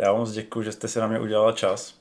Já vám moc děkuji, že jste si na mě udělala čas.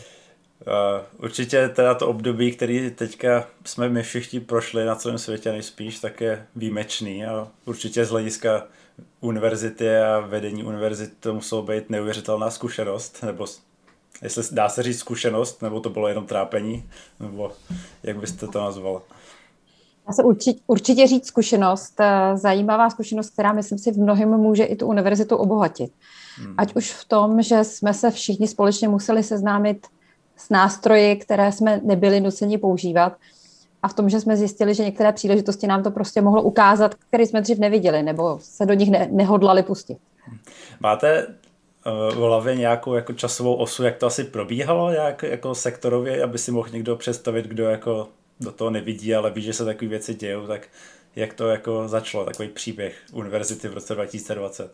Určitě teda to období, který teďka jsme my všichni prošli na celém světě nejspíš, tak je výjimečný a určitě z hlediska univerzity a vedení univerzity to muselo být neuvěřitelná zkušenost, nebo jestli dá se říct zkušenost, nebo to bylo jenom trápení, nebo jak byste to nazvala? Dá se určitě říct zkušenost, zajímavá zkušenost, která myslím si v mnohém může i tu univerzitu obohatit. Ať už v tom, že jsme se všichni společně museli seznámit s nástroji, které jsme nebyli nuceni používat, a v tom, že jsme zjistili, že některé příležitosti nám to prostě mohlo ukázat, které jsme dřív neviděli, nebo se do nich nehodlali pustit. Máte v hlavě nějakou jako časovou osu, jak to asi probíhalo, jako sektorově, aby si mohl někdo představit, kdo jako do toho nevidí, ale ví, že se takové věci dějou, tak jak to jako začalo, takový příběh univerzity v roce 2020?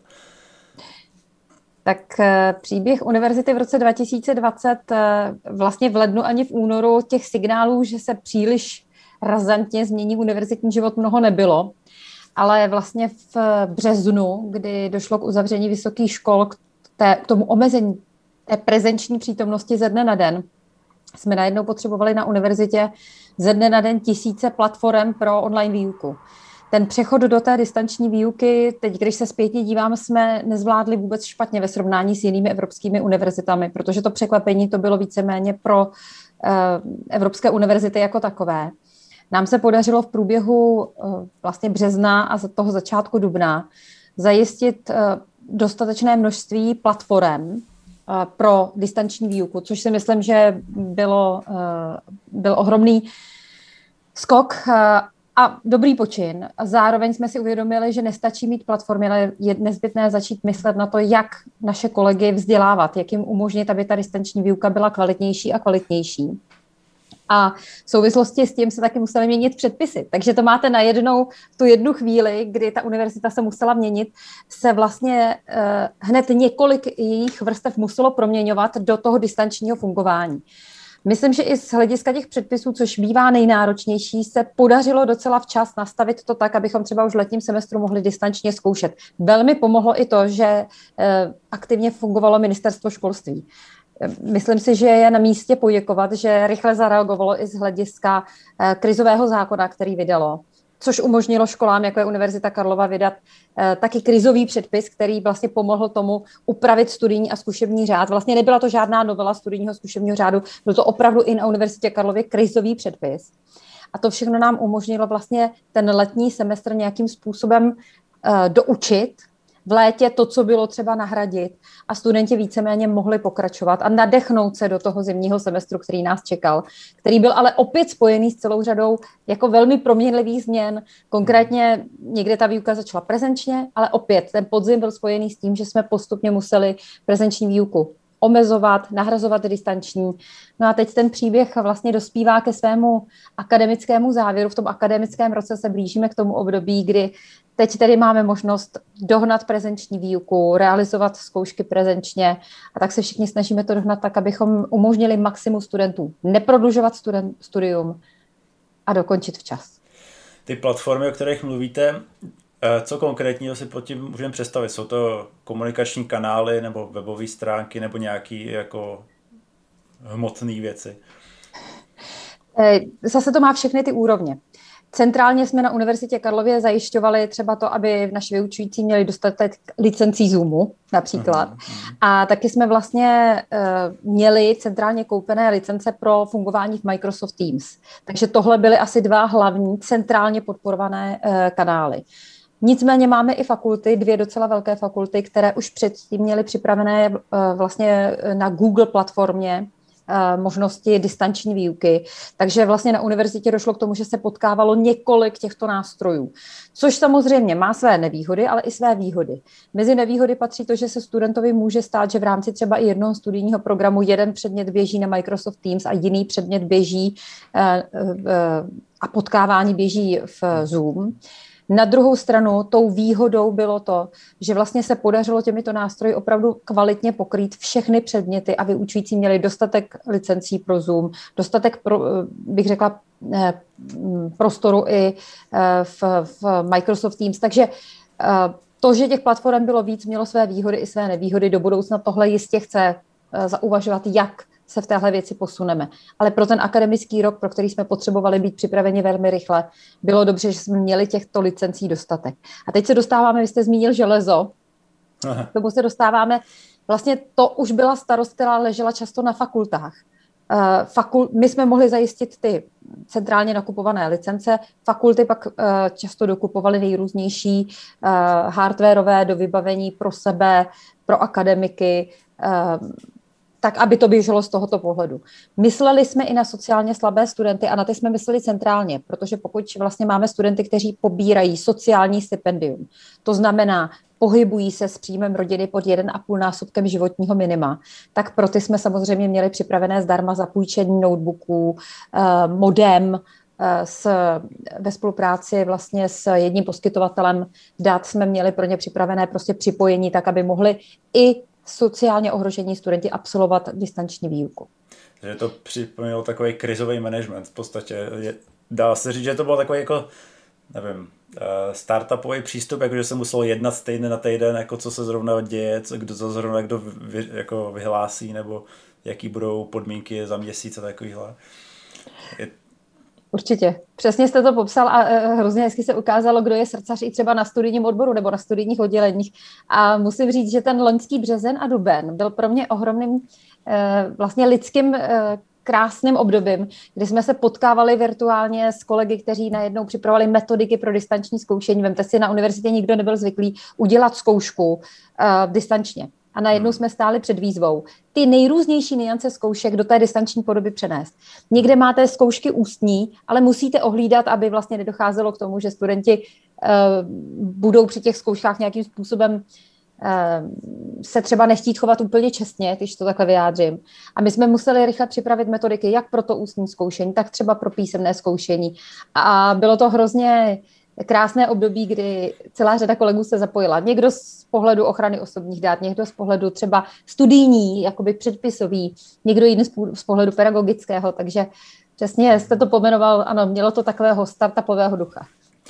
Tak příběh univerzity v roce 2020 vlastně v lednu ani v únoru těch signálů, že se příliš razantně změní univerzitní život, mnoho nebylo, ale vlastně v březnu, kdy došlo k uzavření vysokých škol, k tomu omezení té prezenční přítomnosti ze dne na den, jsme najednou potřebovali na univerzitě ze dne na den tisíce platform pro online výuku. Ten přechod do té distanční výuky, teď, když se zpětně dívám, jsme nezvládli vůbec špatně ve srovnání s jinými evropskými univerzitami, protože to překvapení to bylo víceméně pro evropské univerzity jako takové. Nám se podařilo v průběhu vlastně března a toho začátku dubna zajistit dostatečné množství platform pro distanční výuku, což si myslím, že byl ohromný skok a dobrý počin. A zároveň jsme si uvědomili, že nestačí mít platformy, ale je nezbytné začít myslet na to, jak naše kolegy vzdělávat, jak jim umožnit, aby ta distanční výuka byla kvalitnější a kvalitnější. A v souvislosti s tím se taky musely měnit předpisy. Takže to máte najednou tu jednu chvíli, kdy ta univerzita se musela měnit, se vlastně hned několik jejich vrstev muselo proměňovat do toho distančního fungování. Myslím, že i z hlediska těch předpisů, což bývá nejnáročnější, se podařilo docela včas nastavit to tak, abychom třeba už v letním semestru mohli distančně zkoušet. Velmi pomohlo i to, že aktivně fungovalo ministerstvo školství. Myslím si, že je na místě poděkovat, že rychle zareagovalo i z hlediska krizového zákona, který vydalo, což umožnilo školám, jako je Univerzita Karlova, vydat taky krizový předpis, který vlastně pomohl tomu upravit studijní a zkušební řád. Vlastně nebyla to žádná novela studijního zkušebního řádu, byl to opravdu i na Univerzitě Karlově krizový předpis. A to všechno nám umožnilo vlastně ten letní semestr nějakým způsobem doučit, v létě to, co bylo třeba nahradit, a studenti víceméně mohli pokračovat a nadechnout se do toho zimního semestru, který nás čekal, který byl ale opět spojený s celou řadou jako velmi proměnlivých změn. Konkrétně někde ta výuka začala prezenčně, ale opět ten podzim byl spojený s tím, že jsme postupně museli prezenční výuku omezovat, nahrazovat distanční. No a teď ten příběh vlastně dospívá ke svému akademickému závěru. V tom akademickém roce se blížíme k tomu období, kdy teď tedy máme možnost dohnat prezenční výuku, realizovat zkoušky prezenčně, a tak se všichni snažíme to dohnat tak, abychom umožnili maximum studentů neprodlužovat studium a dokončit včas. Ty platformy, o kterých mluvíte, co konkrétního si pod tím můžeme představit? Jsou to komunikační kanály nebo webové stránky nebo nějaké jako hmotné věci? Zase to má všechny ty úrovně. Centrálně jsme na Univerzitě Karlově zajišťovali třeba to, aby naši vyučující měli dostatek licencí Zoomu například. A taky jsme vlastně měli centrálně koupené licence pro fungování v Microsoft Teams. Takže tohle byly asi dva hlavní centrálně podporované kanály. Nicméně máme i fakulty, dvě docela velké fakulty, které už předtím měly připravené vlastně na Google platformě možnosti distanční výuky. Takže vlastně na univerzitě došlo k tomu, že se potkávalo několik těchto nástrojů, což samozřejmě má své nevýhody, ale i své výhody. Mezi nevýhody patří to, že se studentovi může stát, že v rámci třeba i jednoho studijního programu jeden předmět běží na Microsoft Teams a jiný předmět běží a potkávání běží v Zoom. Na druhou stranu tou výhodou bylo to, že vlastně se podařilo těmito nástroji opravdu kvalitně pokrýt všechny předměty a vyučující měli dostatek licencí pro Zoom, dostatek, bych řekla, prostoru i v Microsoft Teams. Takže To, že těch platform bylo víc, mělo své výhody i své nevýhody. Do budoucna tohle jistě chce zauvažovat, jak se v téhle věci posuneme. Ale pro ten akademický rok, pro který jsme potřebovali být připraveni velmi rychle, bylo dobře, že jsme měli těchto licencí dostatek. A teď se dostáváme, vy jste zmínil železo, k tomu se dostáváme, vlastně to už byla starost, která ležela často na fakultách. My jsme mohli zajistit ty centrálně nakupované licence, fakulty pak často dokupovaly nejrůznější hardwareové dovybavení pro sebe, pro akademiky, tak, aby to běželo z tohoto pohledu. Mysleli jsme i na sociálně slabé studenty a na ty jsme mysleli centrálně, protože pokud vlastně máme studenty, kteří pobírají sociální stipendium, to znamená, pohybují se s příjmem rodiny pod 1,5 násobkem životního minima, tak pro ty jsme samozřejmě měli připravené zdarma zapůjčení notebooků, modem, ve spolupráci vlastně s jedním poskytovatelem dat jsme měli pro ně připravené prostě připojení, tak aby mohli i sociálně ohrožení studenti absolvovat distanční výuku. Že to připomnělo takový krizový management v podstatě. Dá se říct, že to bylo takový jako, nevím, startupový přístup, jakože se muselo jednat z týdne na týden, jako co se zrovna děje, kdo jako vyhlásí, nebo jaký budou podmínky za měsíc a takovýhle. Určitě. Přesně jste to popsal a hrozně hezky se ukázalo, kdo je srdcař i třeba na studijním odboru nebo na studijních odděleních. A musím říct, že ten loňský březen a duben byl pro mě ohromným vlastně lidským krásným obdobím, kdy jsme se potkávali virtuálně s kolegy, kteří najednou připravovali metodiky pro distanční zkoušení. Vemte si, na univerzitě nikdo nebyl zvyklý udělat zkoušku distančně. A najednou jsme stáli před výzvou ty nejrůznější nuance zkoušek do té distanční podoby přenést. Někde máte zkoušky ústní, ale musíte ohlídat, aby vlastně nedocházelo k tomu, že studenti budou při těch zkouškách nějakým způsobem se třeba nechtít chovat úplně čestně, když to takhle vyjádřím. A my jsme museli rychle připravit metodiky, jak pro to ústní zkoušení, tak třeba pro písemné zkoušení. A bylo to hrozně krásné období, kdy celá řada kolegů se zapojila. Někdo z pohledu ochrany osobních dat, někdo z pohledu třeba studijní, jakoby předpisový, někdo jiný z pohledu pedagogického, takže přesně jste to pomenoval, ano, mělo to takového startupového ducha.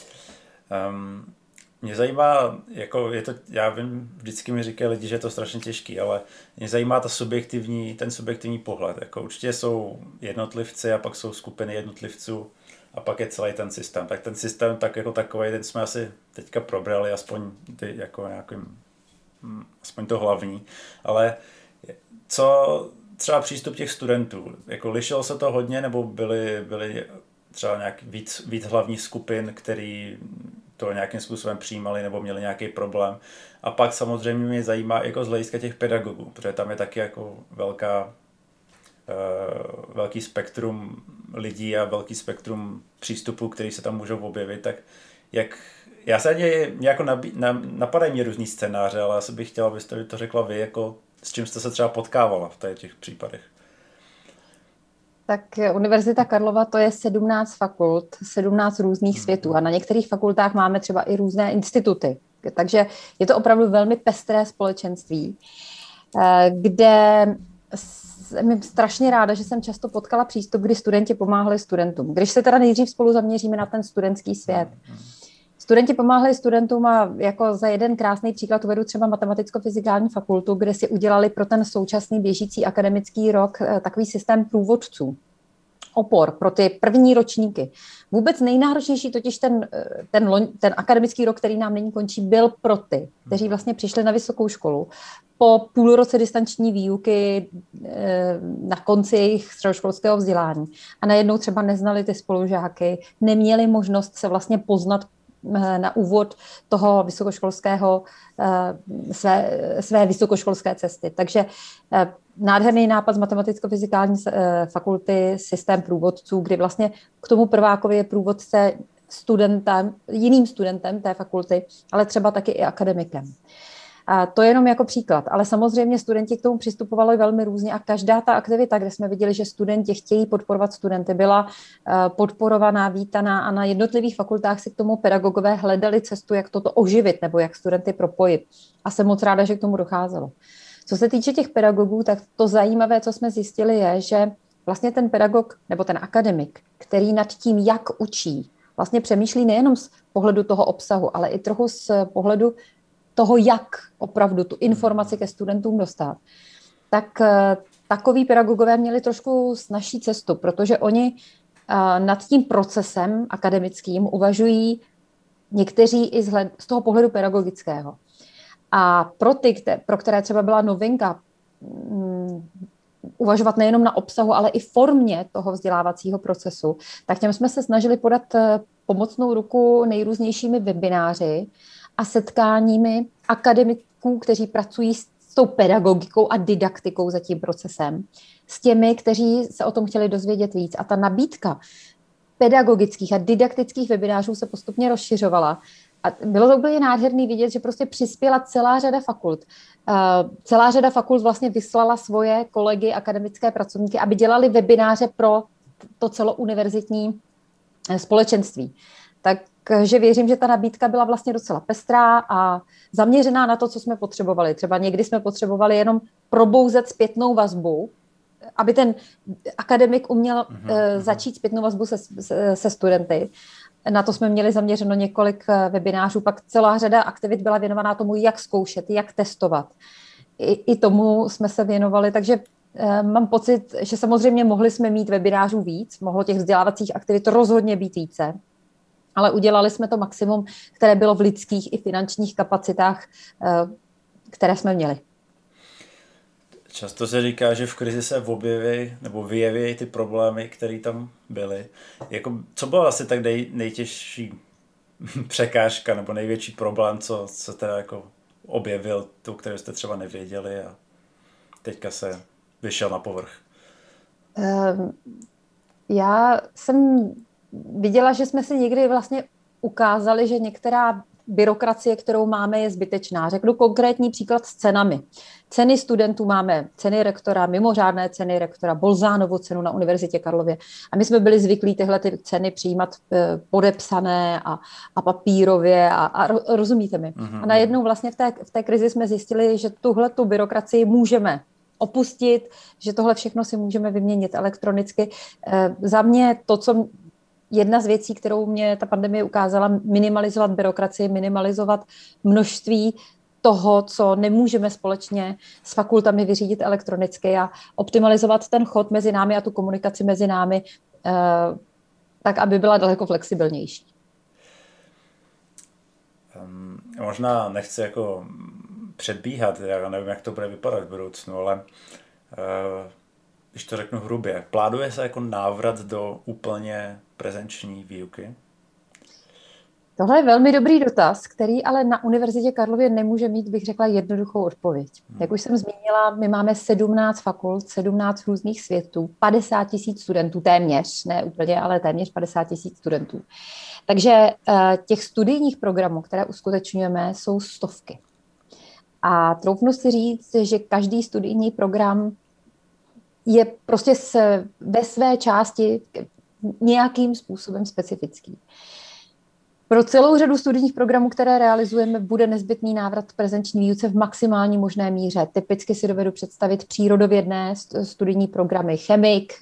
Mě zajímá, jako je to, já vím, vždycky mi říkají lidi, že je to strašně těžký, ale mě zajímá ten subjektivní pohled. Jako určitě jsou jednotlivci a pak jsou skupiny jednotlivců a pak je celý ten systém. Tak ten systém tak jako takový, ten jsme asi teďka probrali, aspoň ty jako nějakým, aspoň to hlavní. Ale co třeba přístup těch studentů? Jako lišilo se to hodně, nebo byly třeba nějak víc hlavních skupin, který to nějakým způsobem přijímali nebo měli nějaký problém. A pak samozřejmě mě zajímá jako z hlediska těch pedagogů, protože tam je taky jako velký spektrum lidí a velký spektrum přístupů, který se tam můžou objevit, tak jak já se jako napadají mě různý scénáře, ale asi bych chtěla, abyste to řekla vy, jako s čím jste se třeba potkávala v těch případech. Tak Univerzita Karlova to je 17 fakult, 17 různých světů a na některých fakultách máme třeba i různé instituty. Takže je to opravdu velmi pestré společenství, kde jsem strašně ráda, že jsem často potkala přístup, kdy studenti pomáhali studentům. Když se teda nejdřív spolu zaměříme na ten studentský svět. Studenti pomáhali studentům a jako za jeden krásný příklad uvedu třeba matematicko-fyzikální fakultu, kde si udělali pro ten současný běžící akademický rok takový systém průvodců, opor pro ty první ročníky. Vůbec nejnáročnější totiž ten akademický rok, který nám nyní končí, byl pro ty, kteří vlastně přišli na vysokou školu po půlroce distanční výuky na konci jejich středoškolského vzdělání. A najednou třeba neznali ty spolužáky, neměli možnost se vlastně poznat na úvod toho vysokoškolského, své vysokoškolské cesty. Takže nádherný nápad z matematicko-fyzikální fakulty, systém průvodců, kdy vlastně k tomu prvákovi je průvodce jiným studentem té fakulty, ale třeba taky i akademikem. A to je jenom jako příklad, ale samozřejmě studenti k tomu přistupovali velmi různě a každá ta aktivita, kde jsme viděli, že studenti chtějí podporovat studenty, byla podporovaná, vítaná a na jednotlivých fakultách si k tomu pedagogové hledali cestu, jak toto oživit nebo jak studenty propojit. A jsem moc ráda, že k tomu docházelo. Co se týče těch pedagogů, tak to zajímavé, co jsme zjistili, je, že vlastně ten pedagog nebo ten akademik, který nad tím, jak učí, vlastně přemýšlí nejenom z pohledu toho obsahu, ale i trochu z pohledu toho, jak opravdu tu informaci ke studentům dostat, tak takoví pedagogové měli trošku snazší cestu, protože oni nad tím procesem akademickým uvažují někteří i z toho pohledu pedagogického. A pro ty, pro které třeba byla novinka uvažovat nejenom na obsahu, ale i formě toho vzdělávacího procesu, tak těm jsme se snažili podat pomocnou ruku nejrůznějšími webináři a setkáními akademiků, kteří pracují s tou pedagogikou a didaktikou za tím procesem, s těmi, kteří se o tom chtěli dozvědět víc. A ta nabídka pedagogických a didaktických webinářů se postupně rozšiřovala. A bylo to úplně nádherný vidět, že prostě přispěla celá řada fakult. Celá řada fakult vlastně vyslala svoje kolegy, akademické pracovníky, aby dělali webináře pro to celouniverzitní společenství. Takže věřím, že ta nabídka byla vlastně docela pestrá a zaměřená na to, co jsme potřebovali. Třeba někdy jsme potřebovali jenom probouzet zpětnou vazbu, aby ten akademik uměl začít zpětnou vazbu se studenty. Na to jsme měli zaměřeno několik webinářů, pak celá řada aktivit byla věnovaná tomu, jak zkoušet, jak testovat. I tomu jsme se věnovali, takže mám pocit, že samozřejmě mohli jsme mít webinářů víc, mohlo těch vzdělávacích aktivit rozhodně být více, ale udělali jsme to maximum, které bylo v lidských i finančních kapacitách, které jsme měli. Často se říká, že v krizi se objeví nebo vyjeví ty problémy, které tam byly. Jako, co bylo asi tak nejtěžší překážka nebo největší problém, co teda jako objevil, tu, kterou jste třeba nevěděli a teďka se vyšel na povrch? Já jsem viděla, že jsme si někdy vlastně ukázali, že některá byrokracie, kterou máme, je zbytečná. Řeknu konkrétní příklad s cenami. Ceny studentů máme, ceny rektora, mimořádné ceny rektora, Bolzánovu cenu na Univerzitě Karlově. A my jsme byli zvyklí tyhle ty ceny přijímat podepsané a papírově a rozumíte mi. A najednou vlastně v té krizi jsme zjistili, že tuhletu byrokracii můžeme opustit, že tohle všechno si můžeme vyměnit elektronicky. Za mě to, co jedna z věcí, kterou mě ta pandemie ukázala, minimalizovat byrokracii, minimalizovat množství toho, co nemůžeme společně s fakultami vyřídit elektronicky a optimalizovat ten chod mezi námi a tu komunikaci mezi námi tak, aby byla daleko flexibilnější. Možná nechci jako předbíhat, já nevím, jak to bude vypadat v budoucnu, ale když to řeknu hrubě, plánuje se jako návrat do úplně prezenční výuky? Tohle je velmi dobrý dotaz, který ale na Univerzitě Karlově nemůže mít, bych řekla, jednoduchou odpověď. Jak už jsem zmínila, my máme 17 fakult, 17 různých světů, 50 000 studentů, téměř, ne úplně, ale téměř 50 000 studentů. Takže těch studijních programů, které uskutečňujeme, jsou stovky. A troufnu si říct, že každý studijní program je prostě ve své části nějakým způsobem specifický. Pro celou řadu studijních programů, které realizujeme, bude nezbytný návrat k prezenční výuce v maximální možné míře. Typicky si dovedu představit přírodovědné studijní programy, chemik,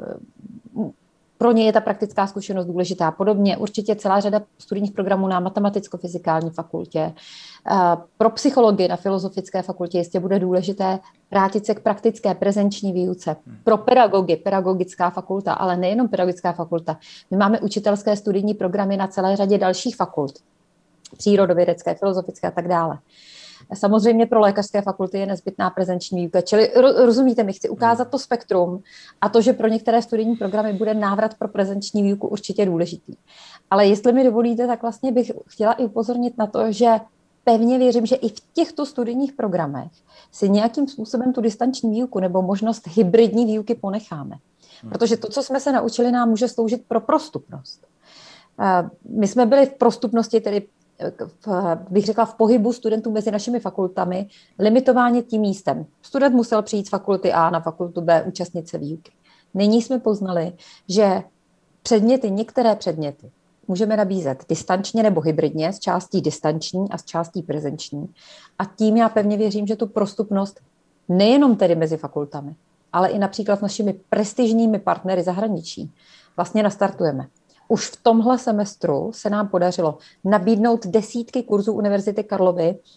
pro ně je ta praktická zkušenost důležitá. Podobně určitě celá řada studijních programů na matematicko-fyzikální fakultě. Pro psychologii na filozofické fakultě jistě bude důležité vrátit se k praktické prezenční výuce. Pro pedagogy, pedagogická fakulta, ale nejenom pedagogická fakulta. My máme učitelské studijní programy na celé řadě dalších fakult. Přírodovědecké, filozofické a tak dále. Samozřejmě pro lékařské fakulty je nezbytná prezenční výuka. Čili rozumíte mi, chci ukázat to spektrum a to, že pro některé studijní programy bude návrat pro prezenční výuku určitě důležitý. Ale jestli mi dovolíte, tak vlastně bych chtěla i upozornit na to, že pevně věřím, že i v těchto studijních programech si nějakým způsobem tu distanční výuku nebo možnost hybridní výuky ponecháme. Protože to, co jsme se naučili, nám může sloužit pro prostupnost. My jsme byli v prostupnosti, tedy bych řekla v pohybu studentů mezi našimi fakultami, limitováni tím místem. Student musel přijít z fakulty A na fakultu B, účastnit se výuky. Nyní jsme poznali, že některé předměty můžeme nabízet distančně nebo hybridně, z částí distanční a z částí prezenční. A tím já pevně věřím, že tu prostupnost nejenom tedy mezi fakultami, ale i například s našimi prestižními partnery zahraničí vlastně nastartujeme. Už v tomhle semestru se nám podařilo nabídnout desítky kurzů Univerzity Karlovy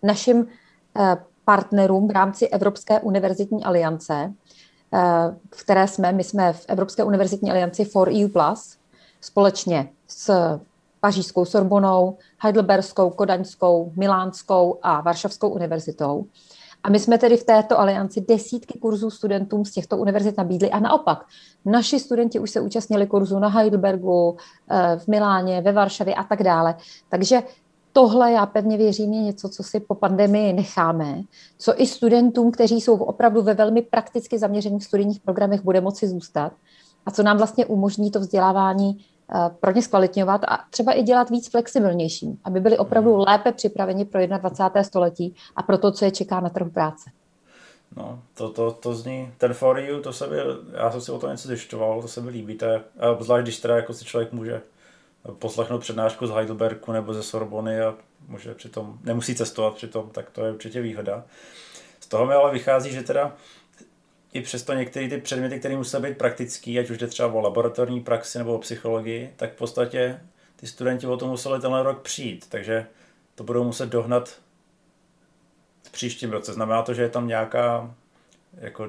našim partnerům v rámci Evropské univerzitní aliance, v které my jsme v Evropské univerzitní alianci For EU Plus, společně s Pařížskou Sorbonou, Heidelberskou, Kodaňskou, Milánskou a Varšavskou univerzitou. A my jsme tedy v této alianci desítky kurzů studentům z těchto univerzit nabídli a naopak naši studenti už se účastnili kurzů na Heidelbergu, v Miláně, ve Varšavě a tak dále. Takže tohle, já pevně věřím, je něco, co si po pandemii necháme, co i studentům, kteří jsou opravdu ve velmi prakticky zaměřených studijních programech, bude moci zůstat a co nám vlastně umožní to vzdělávání pro ně zkvalitňovat a třeba i dělat víc flexibilnějším, aby byli opravdu lépe připraveni pro 21. století a pro to, co je čeká na trhu práce. No, to zní, ten For You, já jsem si o to něco zjišťoval, to se mi líbí, a zvlášť, když teda jako si člověk může poslechnout přednášku z Heidelbergu nebo ze Sorbony a nemusí cestovat přitom, tak to je určitě výhoda. Z toho mi ale vychází, že teda i přesto některé ty předměty, které musí být praktický, ať už jde třeba o laboratorní praxi nebo o psychologii, tak v podstatě ty studenti o to museli tenhle rok přijít, takže to budou muset dohnat v příštím roce. Znamená to, že je tam nějaká jako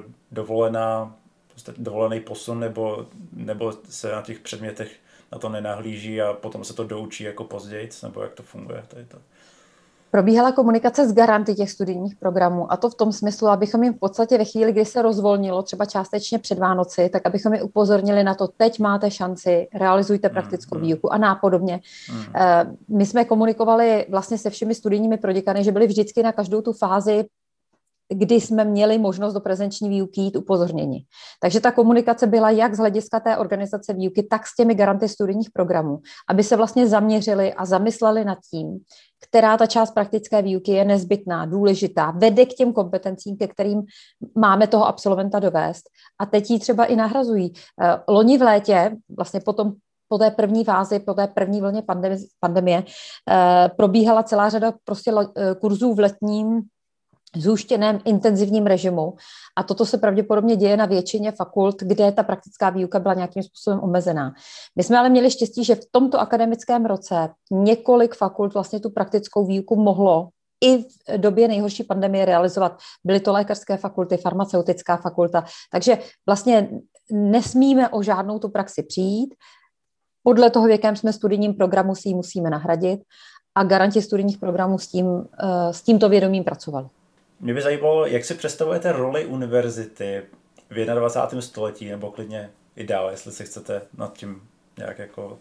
dovolený posun nebo se na těch předmětech na to nenahlíží a potom se to doučí jako později, nebo jak to funguje? Tady to. Probíhala komunikace s garanty těch studijních programů a to v tom smyslu, abychom jim v podstatě ve chvíli, kdy se rozvolnilo, třeba částečně před Vánoci, tak abychom je upozornili na to, teď máte šanci, realizujte praktickou výuku a nápodobně. My jsme komunikovali vlastně se všemi studijními proděkany, že byli vždycky na každou tu fázi, kdy jsme měli možnost do prezenční výuky jít upozorněni. Takže ta komunikace byla jak z hlediska té organizace výuky, tak s těmi garanty studijních programů, aby se vlastně zaměřili a zamysleli nad tím, která ta část praktické výuky je nezbytná, důležitá, vede k těm kompetencím, ke kterým máme toho absolventa dovést. A teď ji třeba i nahrazují. Loni v létě, vlastně po té první fázi, po té první vlně pandemie, probíhala celá řada prostě kurzů v letním zúštěném intenzivním režimu a toto se pravděpodobně děje na většině fakult, kde ta praktická výuka byla nějakým způsobem omezená. My jsme ale měli štěstí, že v tomto akademickém roce několik fakult vlastně tu praktickou výuku mohlo i v době nejhorší pandemie realizovat. Byly to lékařské fakulty, farmaceutická fakulta, takže vlastně nesmíme o žádnou tu praxi přijít. Podle toho, v jakém jsme studijním programu, si ji musíme nahradit a garanti studijních programů s tímto vědomím pracovali. Mě by zajímalo, jak si představujete roli univerzity v 21. století, nebo klidně i dále, jestli se chcete nad tím nějak jako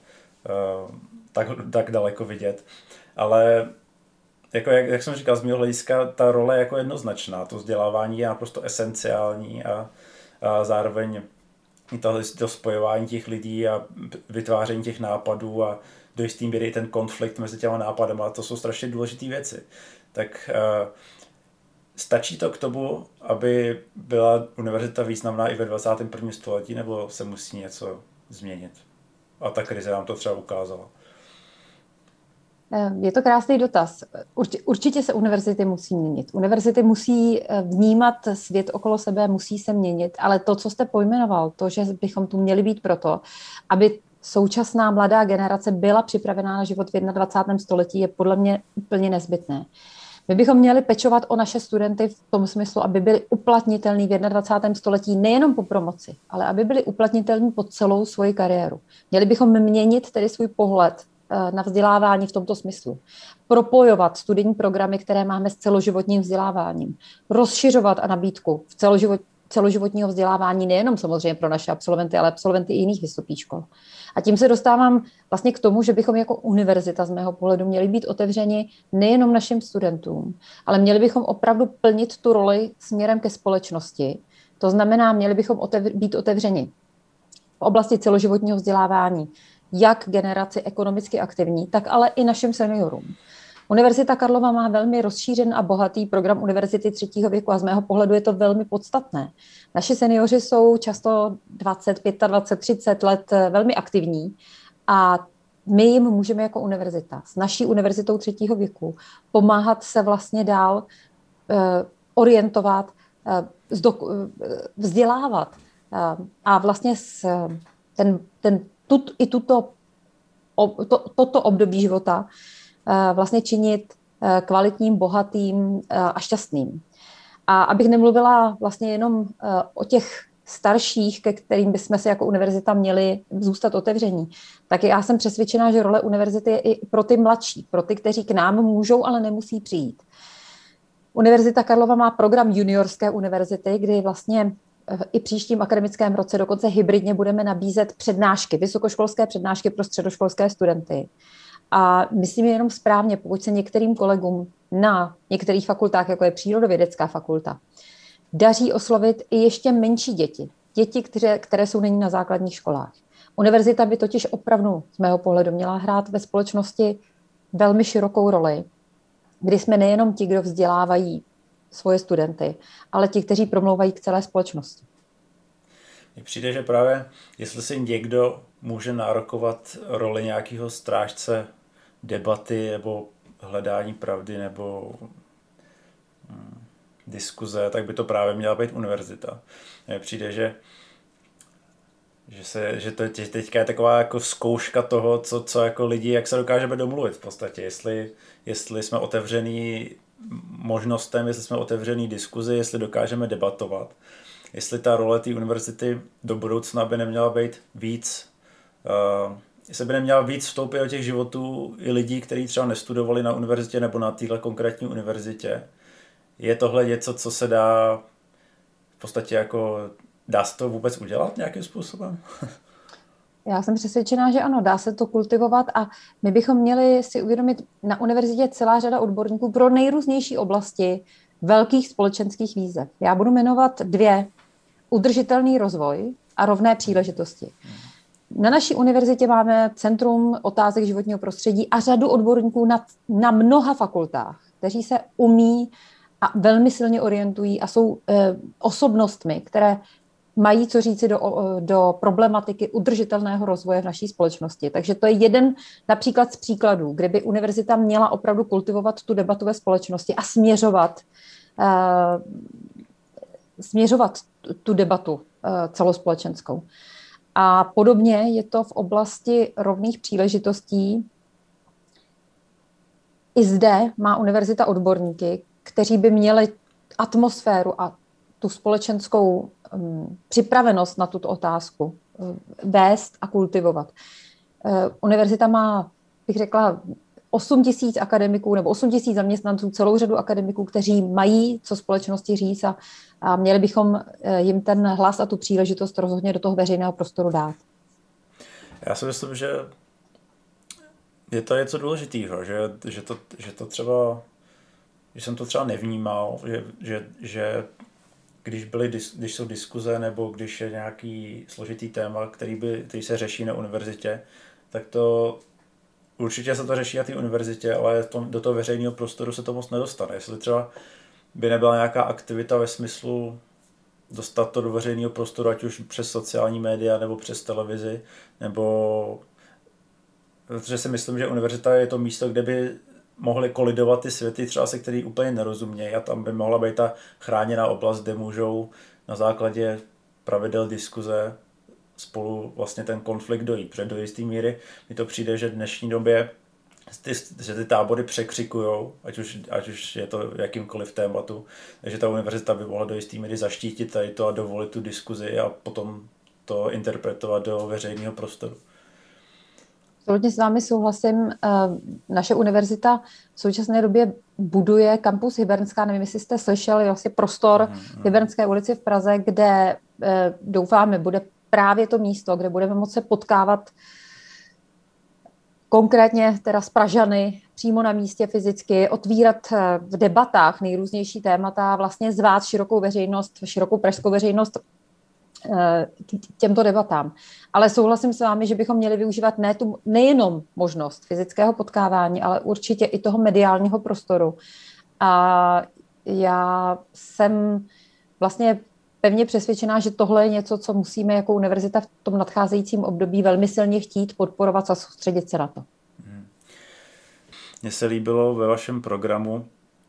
tak daleko vidět. Ale jako jak jsem říkal, z mého hlediska ta role je jako jednoznačná. To vzdělávání je naprosto esenciální a zároveň i to spojování těch lidí a vytváření těch nápadů a do jistý míry ten konflikt mezi těma nápadama, to jsou strašně důležité věci. Tak stačí to k tomu, aby byla univerzita významná i ve 21. století, nebo se musí něco změnit? A ta krize nám to třeba ukázala. Je to krásný dotaz. Určitě se univerzity musí měnit. Univerzity musí vnímat svět okolo sebe, musí se měnit, ale to, co jste pojmenoval, to, že bychom tu měli být proto, aby současná mladá generace byla připravená na život v 21. století, je podle mě úplně nezbytné. My bychom měli pečovat o naše studenty v tom smyslu, aby byli uplatnitelní v 21. století nejenom po promoci, ale aby byli uplatnitelní po celou svoji kariéru. Měli bychom měnit tedy svůj pohled na vzdělávání v tomto smyslu. Propojovat studijní programy, které máme s celoživotním vzděláváním. Rozšiřovat a nabídku v celoživotního vzdělávání nejenom samozřejmě pro naše absolventy, ale absolventy i jiných vysokých škol. A tím se dostávám vlastně k tomu, že bychom jako univerzita z mého pohledu měli být otevřeni nejenom našim studentům, ale měli bychom opravdu plnit tu roli směrem ke společnosti. To znamená, měli bychom být otevřeni v oblasti celoživotního vzdělávání, jak generaci ekonomicky aktivní, tak ale i našim seniorům. Univerzita Karlova má velmi rozšířen a bohatý program univerzity třetího věku a z mého pohledu je to velmi podstatné. Naši seniori jsou často 20, 25, 30 let velmi aktivní a my jim můžeme jako univerzita s naší univerzitou třetího věku pomáhat se vlastně dál orientovat, vzdělávat a vlastně toto období života vlastně činit kvalitním, bohatým a šťastným. A abych nemluvila vlastně jenom o těch starších, ke kterým bychom se jako univerzita měli zůstat otevření, tak já jsem přesvědčená, že role univerzity je i pro ty mladší, pro ty, kteří k nám můžou, ale nemusí přijít. Univerzita Karlova má program juniorské univerzity, kdy vlastně i příštím akademickém roce dokonce hybridně budeme nabízet přednášky, vysokoškolské přednášky pro středoškolské studenty. A myslím jenom správně, pokud se některým kolegům na některých fakultách, jako je přírodovědecká fakulta, daří oslovit i ještě menší děti. Děti, které jsou nyní na základních školách. Univerzita by totiž opravdu z mého pohledu měla hrát ve společnosti velmi širokou roli, kdy jsme nejenom ti, kdo vzdělávají svoje studenty, ale ti, kteří promlouvají k celé společnosti. Mně přijde, že právě jestli si někdo může nárokovat roli nějakého strážce debaty nebo hledání pravdy nebo diskuze, tak by to právě měla být univerzita. Mně přijde, že to teďka je taková jako zkouška toho, co jako lidi, jak se dokážeme domluvit v podstatě. Jestli jsme otevřený možnostem, jestli jsme otevřený diskuzi, jestli dokážeme debatovat. Jestli ta role té univerzity do budoucna by neměla být víc, jestli by neměla víc vstoupit do těch životů i lidí, kteří třeba nestudovali na univerzitě nebo na téhle konkrétní univerzitě. Je tohle něco, co se dá v podstatě jako, dá se to vůbec udělat nějakým způsobem? Já jsem přesvědčená, že ano, dá se to kultivovat a my bychom měli si uvědomit, na univerzitě celá řada odborníků pro nejrůznější oblasti velkých společenských výzev. Já budu jmenovat 2. Udržitelný rozvoj a rovné příležitosti. Na naší univerzitě máme Centrum otázek životního prostředí a řadu odborníků na mnoha fakultách, kteří se umí a velmi silně orientují a jsou osobnostmi, které mají co říci do problematiky udržitelného rozvoje v naší společnosti. Takže to je jeden například z příkladů, kde by univerzita měla opravdu kultivovat tu debatu ve společnosti a směřovat tu debatu celospolečenskou. A podobně je to v oblasti rovných příležitostí. I zde má univerzita odborníky, kteří by měli atmosféru a tu společenskou připravenost na tuto otázku vést a kultivovat. Univerzita má, bych řekla, 8 000 akademiků nebo 8 000 zaměstnanců, celou řadu akademiků, kteří mají co společnosti říct a měli bychom jim ten hlas a tu příležitost rozhodně do toho veřejného prostoru dát. Já si myslím, že je to něco důležitého, že to třeba, že jsem to třeba nevnímal, že když jsou diskuze nebo když je nějaký složitý téma, který se řeší na univerzitě, tak to určitě se to řeší na té univerzitě, ale do toho veřejného prostoru se to moc nedostane. Jestli třeba by nebyla nějaká aktivita ve smyslu dostat to do veřejného prostoru, ať už přes sociální média nebo přes televizi, nebo protože si myslím, že univerzita je to místo, kde by mohly kolidovat ty světy, třeba se který úplně nerozumějí a tam by mohla být ta chráněná oblast, kde můžou na základě pravidel diskuze spolu vlastně ten konflikt dojít. Protože do jisté míry mi to přijde, že v dnešní době že ty tábory překřikujou, ať už je to jakýmkoliv tématu, takže ta univerzita by mohla do jisté míry zaštítit tady to a dovolit tu diskuzi a potom to interpretovat do veřejného prostoru. Absolutně s vámi souhlasím. Naše univerzita v současné době buduje kampus Hybernská, nevím, jestli jste slyšeli, vlastně prostor Hybernské ulici v Praze, kde doufáme, bude právě to místo, kde budeme moci potkávat konkrétně teda s Pražany přímo na místě fyzicky, otvírat v debatách nejrůznější témata, vlastně zvát širokou pražskou veřejnost k těmto debatám. Ale souhlasím s vámi, že bychom měli využívat nejenom možnost fyzického potkávání, ale určitě i toho mediálního prostoru. A já jsem vlastně pevně přesvědčená, že tohle je něco, co musíme jako univerzita v tom nadcházejícím období velmi silně chtít podporovat a soustředit se na to. Mně se líbilo ve vašem programu,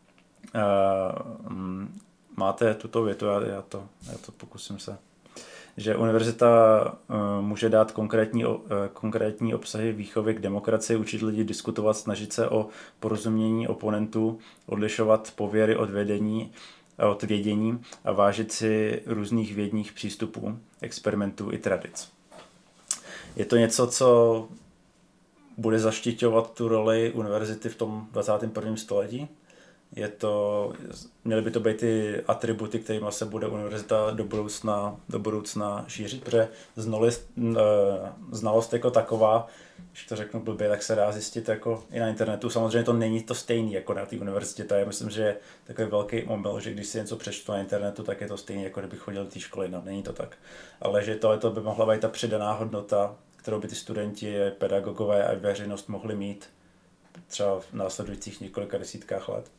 máte tuto větu, já to pokusím se že univerzita může dát konkrétní obsahy výchovy k demokracii, učit lidi diskutovat, snažit se o porozumění oponentů, odlišovat pověry od vědění a vážit si různých vědních přístupů, experimentů i tradic. Je to něco, co bude zaštiťovat tu roli univerzity v tom 21. století? Měly by to být ty atributy, kterými se bude univerzita do budoucna šířit, protože znalost jako taková, když to řeknu blbě, tak se dá zjistit jako i na internetu. Samozřejmě to není to stejný jako na té univerzitě. To je, myslím, že je takový velký omyl, že když si něco přečtu na internetu, tak je to stejný, jako kdybych chodil do té školy. No, není to tak. Ale že tohle by mohla být ta přidaná hodnota, kterou by ty studenti, pedagogové a veřejnost mohli mít třeba v následujících několika desítkách let.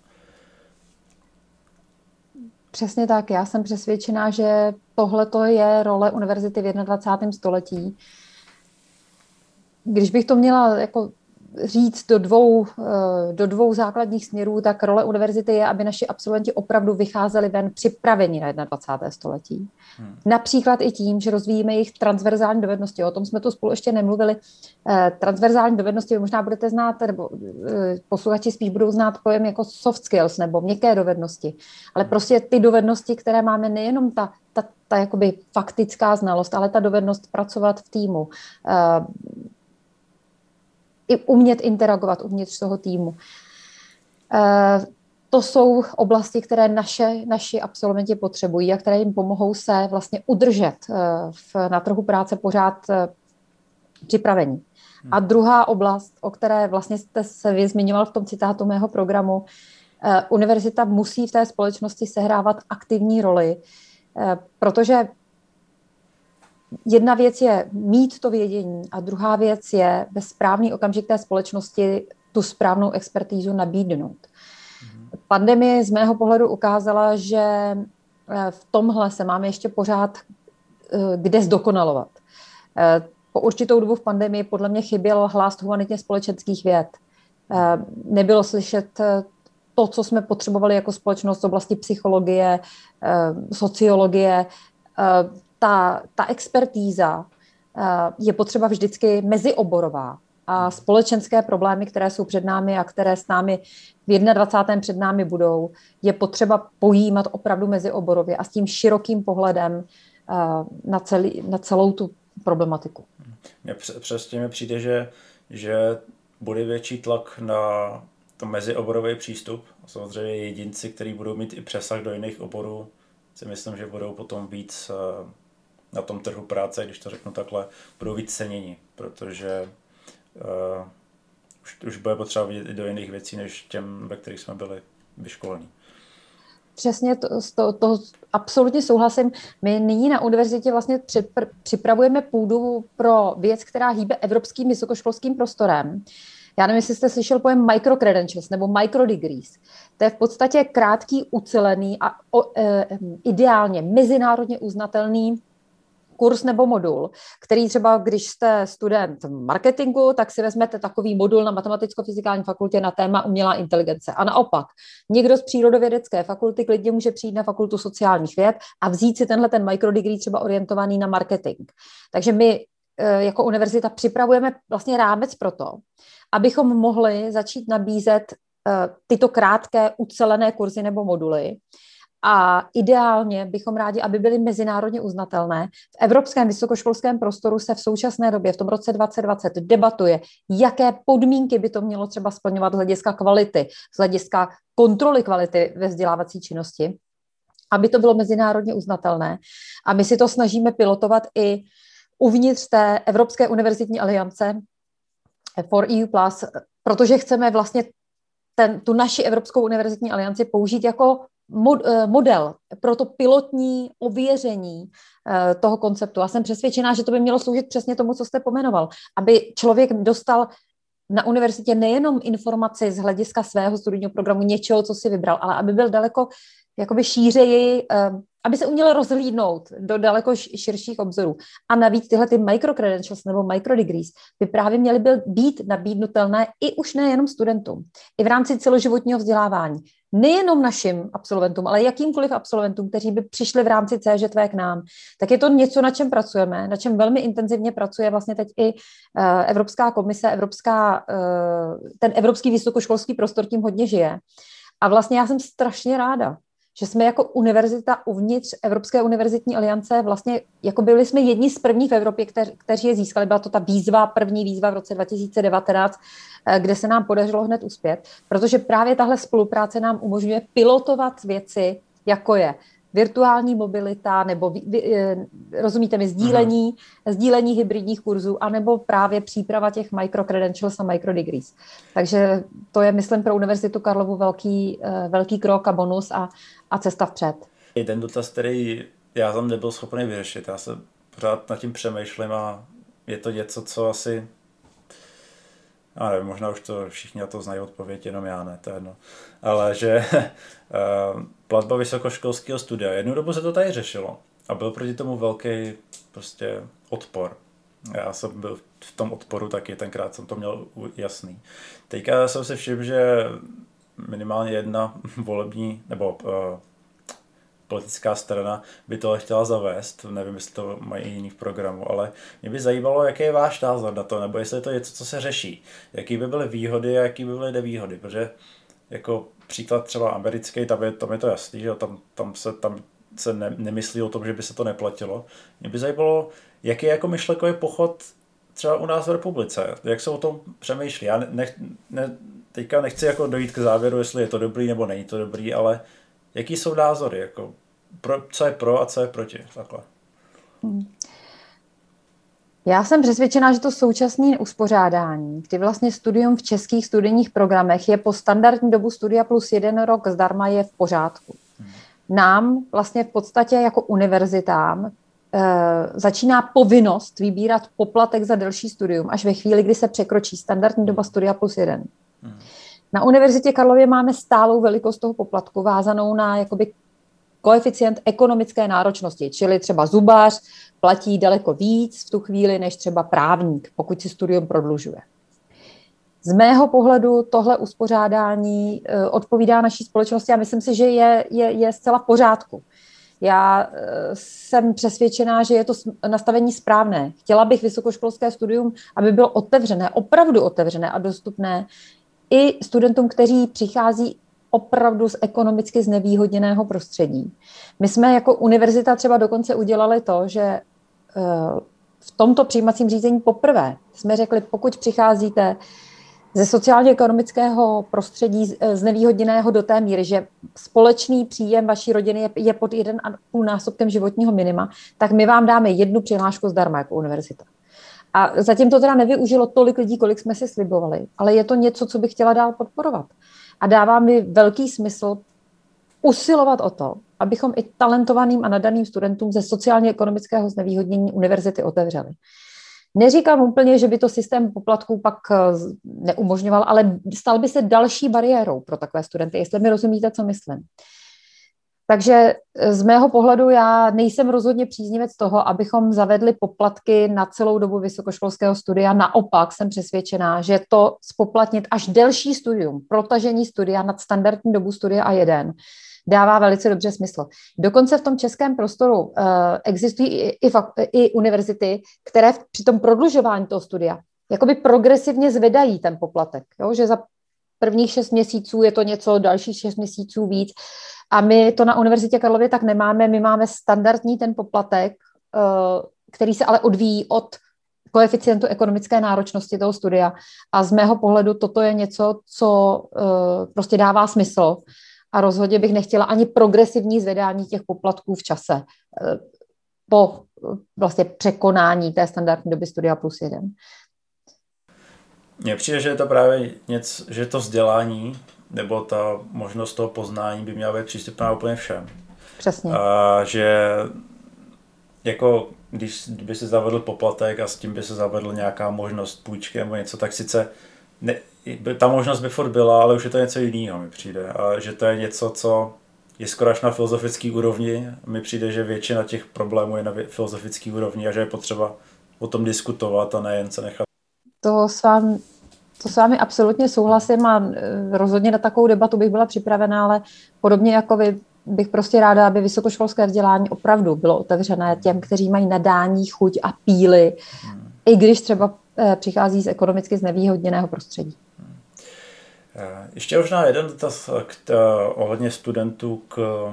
Přesně tak. Já jsem přesvědčená, že tohleto je role univerzity v 21. století. Když bych to měla jako říct do dvou základních směrů, tak role univerzity je, aby naši absolventi opravdu vycházeli ven připraveni na 21. století. Například i tím, že rozvíjíme jejich transverzální dovednosti. O tom jsme tu spolu ještě nemluvili. Transverzální dovednosti vy možná budete znát, nebo posluchači spíš budou znát pojem jako soft skills nebo měkké dovednosti. Ale prostě ty dovednosti, které máme, nejenom ta jakoby faktická znalost, ale ta dovednost pracovat v týmu, i umět interagovat uvnitř toho týmu. To jsou oblasti, které naši absolventi potřebují a které jim pomohou se vlastně udržet na trhu práce pořád připravení. A druhá oblast, o které vlastně jste se vy zmiňoval v tom citátu mého programu, univerzita musí v té společnosti sehrávat aktivní roli, protože jedna věc je mít to vědění a druhá věc je ve správný okamžik té společnosti tu správnou expertízu nabídnout. Pandemie z mého pohledu ukázala, že v tomhle se máme ještě pořád kde zdokonalovat. Po určitou dobu v pandemii podle mě chyběl hlas humanitně společenských věd. Nebylo slyšet to, co jsme potřebovali jako společnost z oblasti psychologie, sociologie. Ta expertíza je potřeba vždycky mezioborová a společenské problémy, které jsou před námi a které s námi v 21. před námi budou, je potřeba pojímat opravdu mezioborově a s tím širokým pohledem na celou tu problematiku. Mně přesně mi přijde, že bude větší tlak na to mezioborový přístup. Samozřejmě jedinci, kteří budou mít i přesah do jiných oborů, si myslím, že budou potom víc na tom trhu práce, když to řeknu takhle, budou víc ceněni, protože už bude potřeba vidět i do jiných věcí, než těm, ve kterých jsme byli vyškolení. Přesně to absolutně souhlasím. My nyní na univerzitě vlastně připravujeme půdu pro věc, která hýbe evropským vysokoškolským prostorem. Já nevím, jestli jste slyšel pojem microcredentials nebo microdegrees. To je v podstatě krátký, ucelený a ideálně mezinárodně uznatelný kurz nebo modul, který třeba, když jste student marketingu, tak si vezmete takový modul na matematicko-fyzikální fakultě na téma umělá inteligence. A naopak, někdo z přírodovědecké fakulty klidně může přijít na fakultu sociálních věd a vzít si ten microdegree třeba orientovaný na marketing. Takže my jako univerzita připravujeme vlastně rámec pro to, abychom mohli začít nabízet tyto krátké ucelené kurzy nebo moduly. A ideálně bychom rádi, aby byly mezinárodně uznatelné. V evropském vysokoškolském prostoru se v současné době, v tom roce 2020, debatuje, jaké podmínky by to mělo třeba splňovat z hlediska kvality, z hlediska kontroly kvality ve vzdělávací činnosti, aby to bylo mezinárodně uznatelné. A my si to snažíme pilotovat i uvnitř té Evropské univerzitní aliance for EU+, protože chceme vlastně tu naši Evropskou univerzitní alianci použít jako model pro to pilotní ověření toho konceptu. A jsem přesvědčená, že to by mělo sloužit přesně tomu, co jste pomenoval, aby člověk dostal na univerzitě nejenom informaci z hlediska svého studijního programu, něčeho, co si vybral, ale aby byl daleko jakoby šířeji, aby se uměl rozhlídnout do daleko širších obzorů. A navíc tyhle ty microcredentials nebo microdegrees by právě měly být nabídnutelné i už nejenom studentům, i v rámci celoživotního vzdělávání. nejenom našim absolventům, ale jakýmkoliv absolventům, kteří by přišli v rámci CŽV k nám, tak je to něco, na čem pracujeme, na čem velmi intenzivně pracuje vlastně teď i Evropská komise, ten evropský vysokoškolský prostor tím hodně žije. A vlastně já jsem strašně ráda, že jsme jako univerzita uvnitř Evropské univerzitní aliance vlastně, jako byli jsme jedni z prvních v Evropě, kteří je získali. Byla to ta první výzva v roce 2019, kde se nám podařilo hned uspět, protože právě tahle spolupráce nám umožňuje pilotovat věci, jako je virtuální mobilita, nebo rozumíte mi, sdílení hybridních kurzů, anebo právě příprava těch micro-credentials a micro-degrees. Takže to je, myslím, pro Univerzitu Karlovu velký krok a bonus a cesta vpřed. Ten dotaz, který já tam nebyl schopný vyřešit, já se pořád nad tím přemýšlím a je to něco, co asi, já nevím, možná už to všichni na to znají odpověď, jenom já ne, to je jedno, ale že platba vysokoškolského studia, jednu dobu se to tady řešilo a byl proti tomu velký prostě odpor. Já jsem byl v tom odporu taky, tenkrát jsem to měl jasný. Teďka jsem si všiml, že minimálně jedna volební nebo politická strana by tohle chtěla zavést, nevím, jestli to mají i jiný v programu, ale mě by zajímalo, jaký je váš názor na to, nebo jestli je to něco, co se řeší. Jaký by byly výhody a jaký by byly nevýhody, protože jako příklad třeba americký, tam je to jasný, že tam se nemyslí o tom, že by se to neplatilo. Mě by zajímalo, jaký je jako myšlenkový pochod třeba u nás v republice, jak se o tom přemýšlí. Já teďka nechci jako dojít k závěru, jestli je to dobrý nebo není to dobrý, ale jaký jsou názory, jako co je pro a co je proti, takhle. Já jsem přesvědčená, že to současné uspořádání, kdy vlastně studium v českých studijních programech je po standardní dobu studia plus 1 rok zdarma, je v pořádku. Nám vlastně v podstatě jako univerzitám začíná povinnost vybírat poplatek za delší studium až ve chvíli, kdy se překročí standardní doba studia plus 1. Na Univerzitě Karlově máme stálou velikost toho poplatku vázanou na jakoby koeficient ekonomické náročnosti, čili třeba zubař platí daleko víc v tu chvíli než třeba právník, pokud si studium prodlužuje. Z mého pohledu tohle uspořádání odpovídá naší společnosti a myslím si, že je zcela v pořádku. Já jsem přesvědčená, že je to nastavení správné. Chtěla bych vysokoškolské studium, aby bylo otevřené, opravdu otevřené a dostupné i studentům, kteří přichází opravdu z ekonomicky znevýhodněného prostředí. My jsme jako univerzita třeba dokonce udělali to, že v tomto přijímacím řízení poprvé jsme řekli, pokud přicházíte ze sociálně-ekonomického prostředí znevýhodněného do té míry, že společný příjem vaší rodiny je pod 1,5 násobkem životního minima, tak my vám dáme jednu přihlášku zdarma jako univerzita. A zatím to teda nevyužilo tolik lidí, kolik jsme si slibovali, ale je to něco, co bych chtěla dál podporovat. A dává mi velký smysl usilovat o to, abychom i talentovaným a nadaným studentům ze sociálně-ekonomického znevýhodnění univerzity otevřeli. Neříkám úplně, že by to systém poplatků pak neumožňoval, ale stal by se další bariérou pro takové studenty, jestli mi rozumíte, co myslím. Takže z mého pohledu já nejsem rozhodně příznivec toho, abychom zavedli poplatky na celou dobu vysokoškolského studia. Naopak jsem přesvědčená, že to spoplatnit až delší studium, protažení studia nad standardní dobu studia A1, dává velice dobře smysl. Dokonce v tom českém prostoru existují i univerzity, které při tom prodlužování toho studia jakoby progresivně zvedají ten poplatek, jo? Že za prvních 6 měsíců je to něco, dalších 6 měsíců víc. A my to na Univerzitě Karlově tak nemáme, my máme standardní ten poplatek, který se ale odvíjí od koeficientu ekonomické náročnosti toho studia. A z mého pohledu toto je něco, co prostě dává smysl. A rozhodně bych nechtěla ani progresivní zvedání těch poplatků v čase po vlastně překonání té standardní doby studia plus 1. Mně přijde, že je to právě něco, že to vzdělání nebo ta možnost toho poznání by měla být přístupná úplně všem. Přesně. A že jako když by se zavedl poplatek a s tím by se zavedl nějaká možnost půjčky nebo něco, tak sice ta možnost by furt byla, ale už je to něco jiného, mi přijde. A že to je něco, co je skoro až na filozofický úrovni. Mi přijde, že většina těch problémů je na filozofický úrovni a že je potřeba o tom diskutovat a nejen se nechat. To s vámi To s vámi absolutně souhlasím a rozhodně na takovou debatu bych byla připravená, ale podobně jako vy bych prostě ráda, aby vysokoškolské vzdělání opravdu bylo otevřené těm, kteří mají nadání, chuť a píly, i když třeba přichází z ekonomicky znevýhodněného prostředí. Ještě možná jeden dotaz ohledně studentů k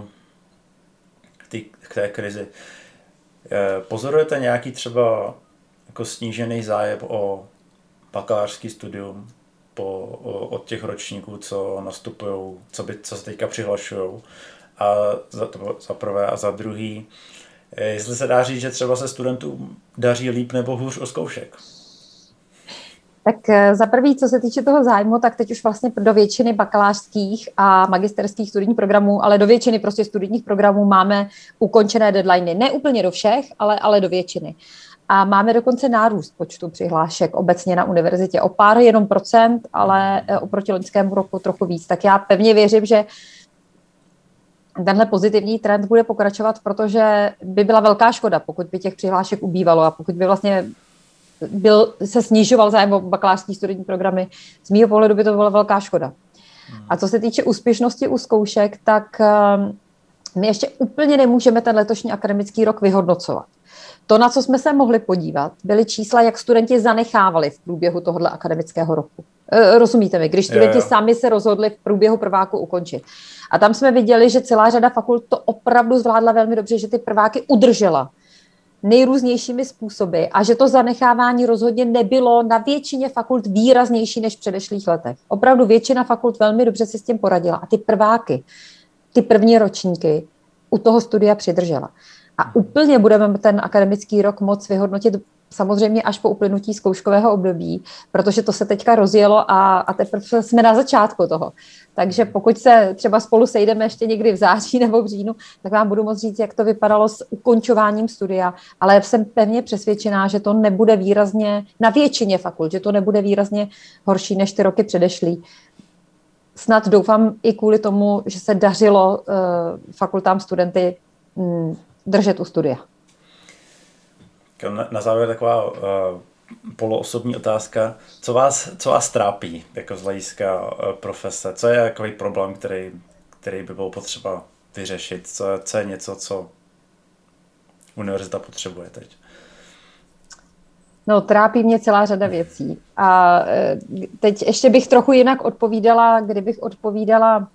té krizi. Pozorujete nějaký třeba jako snížený zájem o bakalářský studium od těch ročníků, co nastupují, co se teďka přihlašují? A za prvé a za druhý, jestli se dá říct, že třeba se studentům daří líp nebo hůř o zkoušek? Tak za prvý, co se týče toho zájmu, tak teď už vlastně do většiny bakalářských a magisterských studijních programů, ale do většiny prostě studijních programů máme ukončené deadliny. Ne úplně do všech, ale do většiny. A máme dokonce nárůst počtu přihlášek obecně na univerzitě o pár jenom procent, ale oproti loňskému roku trochu víc. Tak já pevně věřím, že tenhle pozitivní trend bude pokračovat, protože by byla velká škoda, pokud by těch přihlášek ubývalo a pokud by vlastně se snižoval zájem o bakalářské studijní programy. Z mýho pohledu by to byla velká škoda. A co se týče úspěšnosti u zkoušek, tak my ještě úplně nemůžeme ten letošní akademický rok vyhodnocovat. To, na co jsme se mohli podívat, byly čísla, jak studenti zanechávali v průběhu tohoto akademického roku. Rozumíte mi, když studenti sami se rozhodli v průběhu prváku ukončit. A tam jsme viděli, že celá řada fakult to opravdu zvládla velmi dobře, že ty prváky udržela nejrůznějšími způsoby a že to zanechávání rozhodně nebylo na většině fakult výraznější než v předešlých letech. Opravdu většina fakult velmi dobře si s tím poradila a ty prváky, ty první ročníky u toho studia přidržela. A úplně budeme ten akademický rok moc vyhodnotit samozřejmě až po uplynutí zkouškového období, protože to se teďka rozjelo a teprve jsme na začátku toho. Takže pokud se třeba spolu sejdeme ještě někdy v září nebo v říjnu, tak vám budu moct říct, jak to vypadalo s ukončováním studia, ale jsem pevně přesvědčená, že to nebude výrazně, na většině fakult, že to nebude výrazně horší než ty roky předešlý. Snad doufám i kvůli tomu, že se dařilo fakultám studenty držet u studia. Na závěr taková poloosobní otázka. Co vás trápí jako z hlediska profese? Co je takový problém, který by bylo potřeba vyřešit? Co je něco, co univerzita potřebuje teď? No, trápí mě celá řada věcí. A teď ještě bych trochu jinak odpovídala, kdybych odpovídala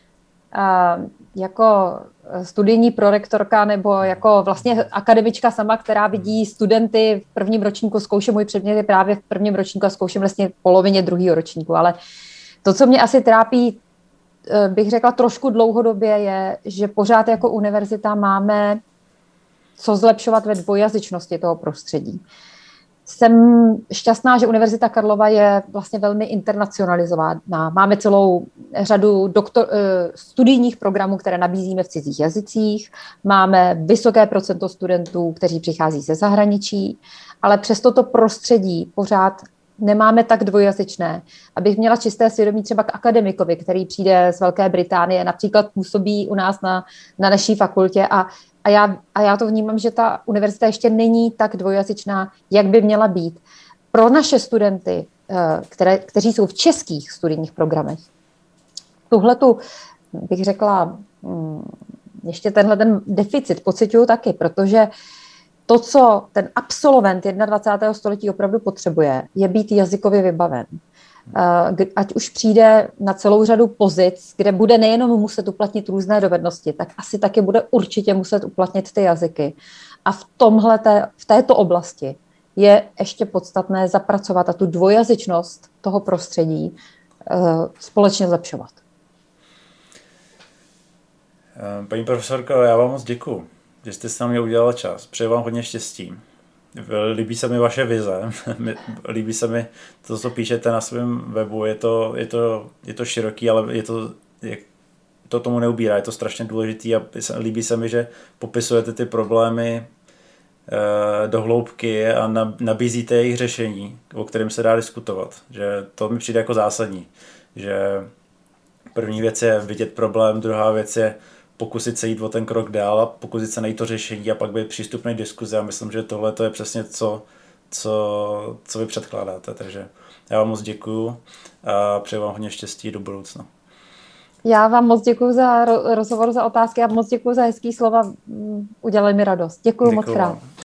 jako studijní prorektorka nebo jako vlastně akademička sama, která vidí studenty v prvním ročníku, zkouším můj předmět je právě v prvním ročníku a zkouším vlastně v polovině druhého ročníku, ale to, co mě asi trápí, bych řekla trošku dlouhodobě, je, že pořád jako univerzita máme co zlepšovat ve dvojjazyčnosti toho prostředí. Jsem šťastná, že Univerzita Karlova je vlastně velmi internacionalizovaná. Máme celou řadu studijních programů, které nabízíme v cizích jazycích. Máme vysoké procento studentů, kteří přichází ze zahraničí, ale přesto to prostředí pořád nemáme tak dvojjazyčné. Abych měla čisté svědomí třeba k akademikovi, který přijde z Velké Británie, například působí u nás na naší fakultě a já to vnímám, že ta univerzita ještě není tak dvojjazyčná, jak by měla být. Pro naše studenty, kteří jsou v českých studijních programech, tuhletu, bych řekla, ještě ten deficit pociťuju taky, protože to, co ten absolvent 21. století opravdu potřebuje, je být jazykově vybaven. Ať už přijde na celou řadu pozic, kde bude nejenom muset uplatnit různé dovednosti, tak asi taky bude určitě muset uplatnit ty jazyky. A v této oblasti je ještě podstatné zapracovat a tu dvojjazyčnost toho prostředí společně zlepšovat. Paní profesorko, já vám moc děkuju, že jste s námi udělala čas. Přeji vám hodně štěstí. Líbí se mi vaše vize, líbí se mi to, co píšete na svém webu, je to široký, ale to tomu neubírá, je to strašně důležitý a líbí se mi, že popisujete ty problémy do hloubky a nabízíte jejich řešení, o kterém se dá diskutovat, že to mi přijde jako zásadní, že první věc je vidět problém, druhá věc je pokusit se jít o ten krok dál a pokusit se najít to řešení a pak být přístupný diskuzi. A myslím, že tohle to je přesně co vy předkládáte. Takže já vám moc děkuju a přeju vám hodně štěstí do budoucna. Já vám moc děkuji za rozhovor, za otázky a moc děkuji za hezký slova. Udělali mi radost. Děkuji moc krát.